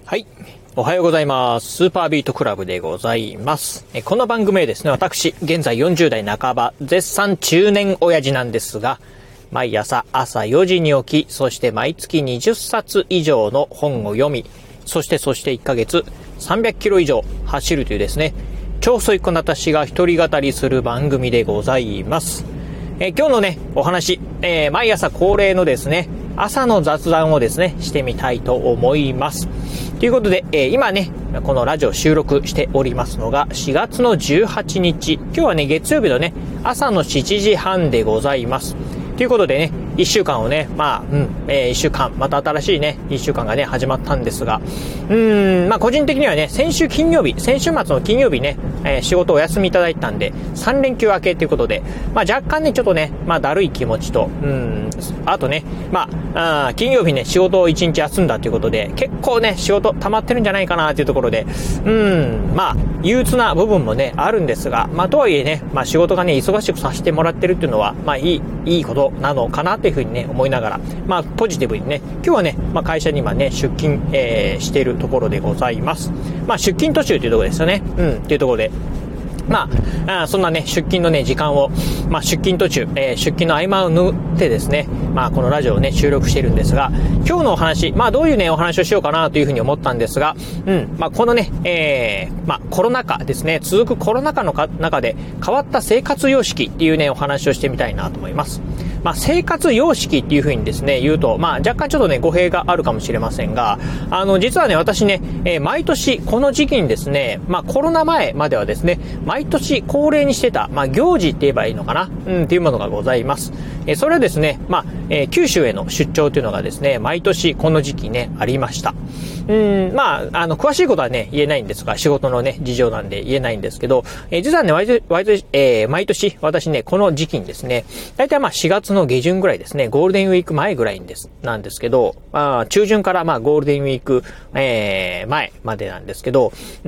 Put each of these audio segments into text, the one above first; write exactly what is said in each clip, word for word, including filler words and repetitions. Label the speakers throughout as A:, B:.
A: はい。おはようございます。スーパービートクラブでございます。えこの番組はですね、私、現在よんじゅう代半ば、絶賛中年親父なんですが、毎朝朝よじに起き、そして毎月にじゅっさつ以上の本を読み、そしてそしていっかげつさんびゃっキロ以上走るというですね、超ソイコな私が一人語りする番組でございます。え今日のね、お話、えー、毎朝恒例のですね、朝の雑談をですね、してみたいと思います。ということで、えー、今ね、このラジオ収録しておりますのがしがつのじゅうはちにち。今日はね、月曜日のね、朝のしちじはんでございます。ということでね、いっしゅうかんをね、まあ、うん、えー、いっしゅうかん、また新しいね、いっしゅうかんがね、始まったんですが、うーん、まあ、個人的にはね、先週金曜日、先週末の金曜日ね、えー、仕事をお休みいただいたんで、さんれんきゅう明けということで、まあ、若干ね、ちょっとね、まあ、だるい気持ちと、うん、あとね、まあ、あ金曜日ね、仕事をいちにち休んだということで、結構ね、仕事溜まってるんじゃないかなというところで、うん、まあ、憂鬱な部分もね、あるんですが、まあ、とはいえね、まあ、仕事がね、忙しくさせてもらってるっていうのは、まあ、いい、いいことなのかなというふうにね、思いながら、まあ、ポジティブにね、今日はね、まあ、会社に今ね、出勤、えー、しているところでございます。まあ、出勤途中というところですよね。うん、というところで。まあ、あそんなね、出勤のね、時間を、まあ、出勤途中、えー、出勤の合間を縫ってですね、まあ、このラジオをね、収録しているんですが、今日のお話、まあ、どういうね、お話をしようかなというふうに思ったんですが、うん、まあ、このね、えー、まあ、コロナ禍ですね、続くコロナ禍のか中で変わった生活様式っていうね、お話をしてみたいなと思います。まあ、生活様式っていうふうにですね、言うと、まあ、若干ちょっとね、語弊があるかもしれませんが、あの、実はね、私ね、えー、毎年この時期にですね、まあ、コロナ前まではですね、毎年恒例にしてた、まあ、行事って言えばいいのかな、うん、っていうものがございます。えー、それはですね、まあ、えー、九州への出張というのがですね、毎年この時期ね、ありました。うん、まあ、あの、詳しいことはね、言えないんですが、仕事のね、事情なんで言えないんですけど、えー、実はね、毎年、毎年、えー、毎年、私ね、この時期にですね、だいたいまあしがつの下旬ぐらいですね、ゴールデンウィーク前ぐらいにです、なんですけど、まあ、中旬からまあ、ゴールデンウィーク、えー、前までなんですけど、うん、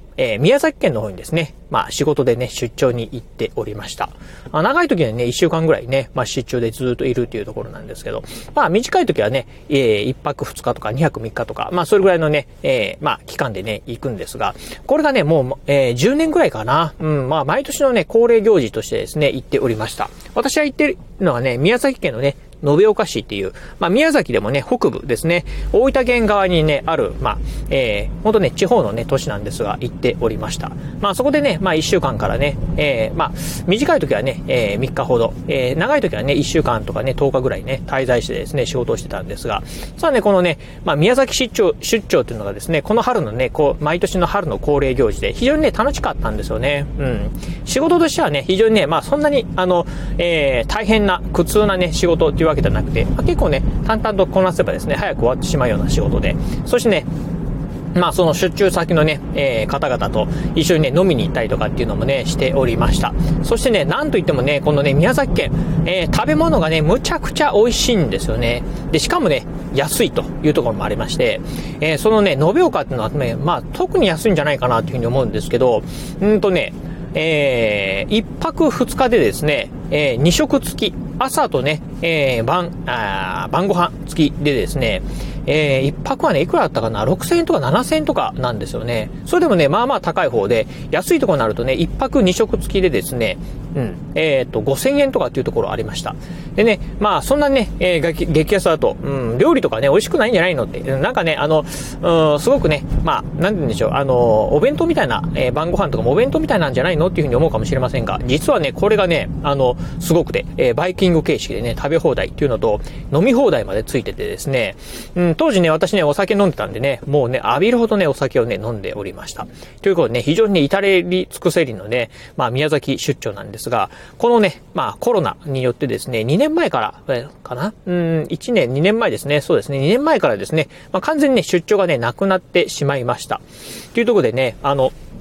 A: えー、宮崎県の方にですね、まあ、仕事でね、出張に行っておりました。あ長い時はね、いっしゅうかんぐらいね、まあ、出張でずっといるっていうところなんですけど、まあ、短い時はね、えー、いっぱくふつかとかにはくみっかとか、まあ、それぐらいのね、えー、まあ、期間でね、行くんですが、これがね、もう、えー、じゅうねんぐらいかな。うん、まあ、毎年のね、恒例行事としてですね、行っておりました。私は行ってるのはね、宮崎県のね、延岡市っていう、まあ、宮崎でもね、北部ですね、大分県側にね、ある、まあ、えー、ほんとね、地方のね、都市なんですが、行っておりました。まあ、そこでね、まあ、いっしゅうかんからね、えー、まあ、短い時はね、えー、みっかほど、えー、長い時はね、いっしゅうかんとかね、とおかぐらいね、滞在してですね、仕事をしてたんですが、さあね、このね、まあ、宮崎出張、出張っていうのがですね、この春のね、こう、毎年の春の恒例行事で、非常にね、楽しかったんですよね。うん。仕事としてはね、非常にね、まあ、そんなに、あの、えー、大変な、苦痛なね、仕事っていうわけじゃなくて、まあ、結構ね、淡々とこなせばですね、早く終わってしまうような仕事で、そしてね、まあその出張先のね、えー、方々と一緒にね、飲みに行ったりとかっていうのもね、しておりました。そしてね、なんといってもね、このね、宮崎県、えー、食べ物がね、むちゃくちゃ美味しいんですよね。で、しかもね、安いというところもありまして、えー、そのね、延岡っていうのはね、まあ特に安いんじゃないかなというふうに思うんですけど、うんとね、えー、一泊二日でですね、えー、二食付き、朝とね、えー、晩、あ晩ご飯付きでですね、えー、一泊はね、いくらだったかな ?ろくせんえんとかななせんえんとかなんですよね。それでもね、まあまあ高い方で、安いところになるとね、一泊二食付きでですね、うん、えっと、ごせんえんとかっていうところありました。でね、まあそんなね、えー、激、激安だと、うん、料理とかね、美味しくないんじゃないのって、なんかね、あの、うん、すごくね、まあ、なんて言うんでしょう、あの、お弁当みたいな、えー、晩ご飯とかもお弁当みたいなんじゃないのっていうふうに思うかもしれませんが、実はね、これがね、あの、すごくて、えー、バイキング形式でね、食べ放題っていうのと、飲み放題までついててですね、うん、当時ね、私ね、お酒飲んでたんでね、もうね、浴びるほどね、お酒をね、飲んでおりました。ということでね、非常にね、至れり尽くせりのね、まあ、宮崎出張なんですが、このね、まあ、コロナによってですね、にねんまえから、えー、かなうん、いちねん、にねんまえですね、そうですね、にねんまえからですね、まあ、完全にね、出張がね、なくなってしまいました。というところでね、あの、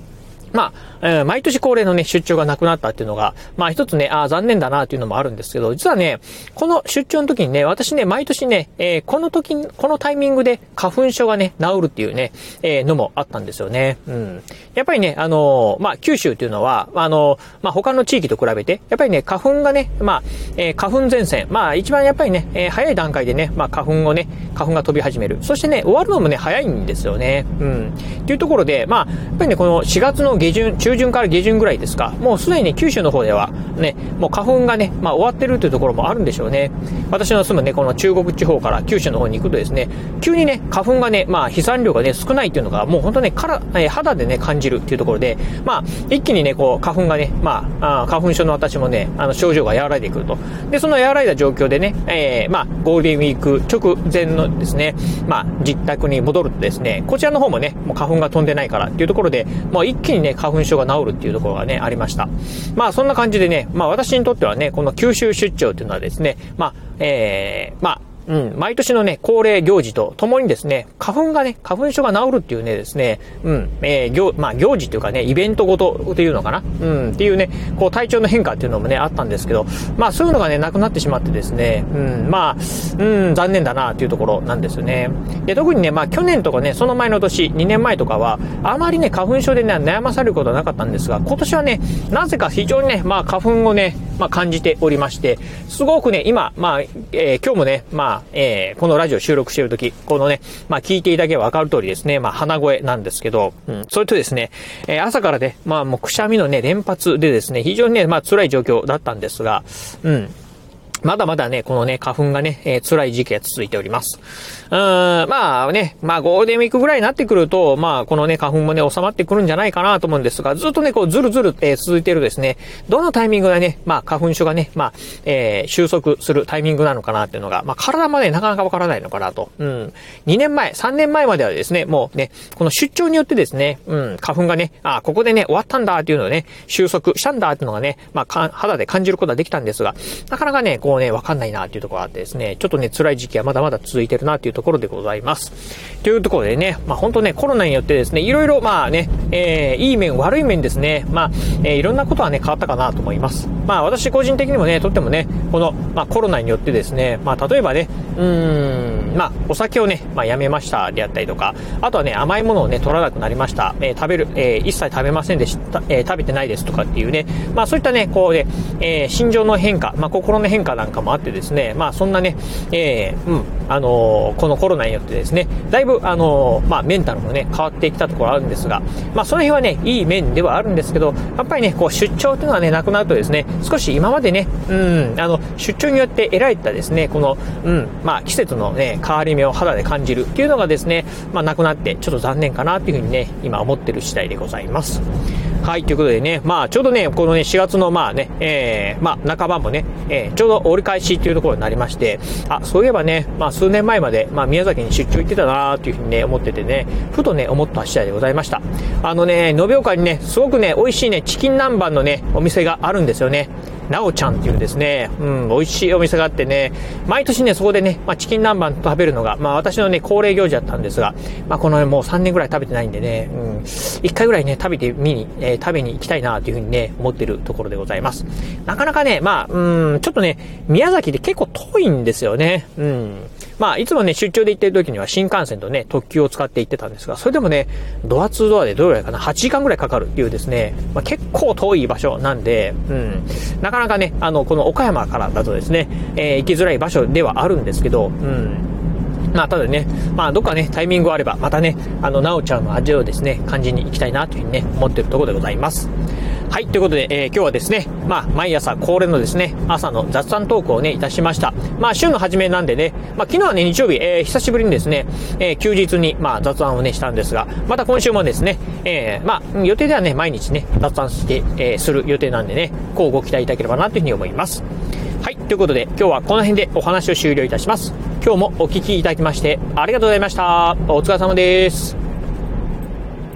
A: まあ、えー、毎年恒例のね、出張がなくなったっていうのが、まあ一つね、ああ、残念だなっていうのもあるんですけど、実はね、この出張の時にね、私ね、毎年ね、えー、この時、このタイミングで花粉症がね、治るっていうね、えー、のもあったんですよね。うん。やっぱりね、あのー、まあ、九州っていうのは、あのー、まあ、他の地域と比べて、やっぱりね、花粉がね、まあ、えー、花粉前線、まあ、一番やっぱりね、えー、早い段階でね、まあ、花粉をね、花粉が飛び始める。そしてね、終わるのもね、早いんですよね。うん。っていうところで、まあ、やっぱりね、このしがつの下旬、中旬から下旬ぐらいですか、もうすでにね、九州の方ではね、もう花粉がね、まあ終わってるというところもあるんでしょうね。私の住むね、この中国地方から九州の方に行くとですね、急にね、花粉がね、まあ飛散量がね、少ないっていうのが、もう本当ね、から、えー、肌でね、感じるっていうところで、まあ、一気にね、こう、花粉がね、まあ、あ花粉症の私もね、あの、症状が和らいでくると。で、その和らいだ状況でね、えー、まあ、ゴールデンウィーク直前のですね、まあ、実宅に戻るとですね、こちらの方もね、もう花粉が飛んでないからっていうところで、もう一気にね、花粉症が治るっていうところがね、ありました。まあそんな感じでね、まあ私にとってはね、この九州出張っていうのはですね、まあ、えー、まあ、うん、毎年のね、恒例行事とともにですね、花粉がね、花粉症が治るっていうねですね、うん、えー、行、まあ行事というかね、イベントごとっていうのかな、うん、っていうね、こう体調の変化っていうのもね、あったんですけど、まあそういうのがね、なくなってしまってですね、うん、まあ、うん、残念だなっていうところなんですよね。で、特にね、まあ去年とかね、その前の年、にねんまえとかは、あまりね、花粉症でね、悩まされることはなかったんですが、今年はね、なぜか非常にね、まあ花粉をね、まあ感じておりまして、すごくね、今、まあ、えー、今日もね、まあ、えー、このラジオ収録しているとき、このね、まあ聞いていただけばわかる通りですね、まあ鼻声なんですけど、うん、それとですね、えー、朝からね、まあもうくしゃみのね、連発でですね、非常にね、まあ辛い状況だったんですが、うん。まだまだね、このね、花粉がね、えー、辛い時期が続いております。うーん、まあね、まあゴールデンウィークぐらいになってくると、まあこのね、花粉もね、収まってくるんじゃないかなと思うんですが、ずっとね、こう、ずるずる、えー、続いているですね、どのタイミングでね、まあ花粉症がね、まあ、えー、収束するタイミングなのかなっていうのが、まあ体までなかなかわからないのかなと。うん。にねんまえ、さんねんまえまではですね、もうね、この出張によってですね、うん、花粉がね、あ、ここでね、終わったんだっていうのをね、収束したんだっていうのがね、まあか、肌で感じることができたんですが、なかなかね、こうね、わかんないなっていうところがあってですね、ちょっとね、辛い時期はまだまだ続いてるなっていうところでございます。というところでね、まあ本当ね、コロナによってですね、いろいろまあね、えー、いい面、悪い面ですね、まあ、えー、いろんなことはね、変わったかなと思います。まあ私個人的にもね、とってもね、この、まあコロナによってですね、まあ例えばね、うーん、まあお酒をね、まあやめましたであったりとか、あとはね、甘いものをね、取らなくなりました。えー、食べる、えー、一切食べませんでした、えー、食べてないですとかっていうね、まあそういったね、こうね、えー、心情の変化、まあ心の変化なんかもあってですね、まあそんなね、えー、うん、あのー、このコロナによってですね、だいぶあのー、まあメンタルもね、変わってきたところあるんですが、まあその辺はね、いい面ではあるんですけど、やっぱりね、こう出張というのはね、なくなるとですね、少し今までね、うん、あの、出張によって得られたですね、この、うん、まあ季節のね、変わり目を肌で感じるっていうのがですね、まあなくなって、ちょっと残念かなっていうふうにね、今思ってる次第でございます。はい、ということでね、まあちょうどね、このね、しがつのまあね、えー、まあ半ばもね、えー、ちょうど折り返しっていうところになりまして、あ、そういえばね、まあ数年前まで、まあ宮崎に出張行ってたなーっていうふうにね、思っててね、ふとね、思った次第でございました。あのね、延岡にね、すごくね、美味しいね、チキン南蛮のね、お店があるんですよね。なおちゃんっていうですね、うん、美味しいお店があってね、毎年ね、そこでね、まあチキン南蛮食べるのが、まあ私のね、恒例行事だったんですが、まあこのね、もうさんねんぐらい食べてないんでね、うん、いっかいぐらいね、食べてみに、えー、食べに行きたいなというふうにね、思ってるところでございます。なかなかね、まあ、うん、ちょっとね、宮崎で結構遠いんですよね。うん。まあ、いつもね、出張で行ってる時には新幹線とね、特急を使って行ってたんですが、それでもね、ドアツードアでどれぐらいかな、はちじかんぐらいかかるっていうですね、まあ、結構遠い場所なんで、うん。なかなかね、あの、この岡山からだとですね、えー、行きづらい場所ではあるんですけど、うん。まあ、ただね、まあ、どっかね、タイミングがあれば、またね、あの、なおちゃんの味をですね、感じに行きたいなというふうにね、思っているところでございます。はい、ということで、えー、今日はですね、まあ、毎朝恒例のですね、朝の雑談トークをね、いたしました。まあ、週の初めなんでね、まあ、昨日はね、日曜日、えー、久しぶりにですね、えー、休日に、まあ、雑談をね、したんですが、また今週もですね、えー、まあ、予定ではね、毎日ね、雑談して、えー、する予定なんでね、こうご期待いただければなというふうに思います。はい、ということで、今日はこの辺でお話を終了いたします。今日もお聞きいただきまして、ありがとうございました。お疲れ様です。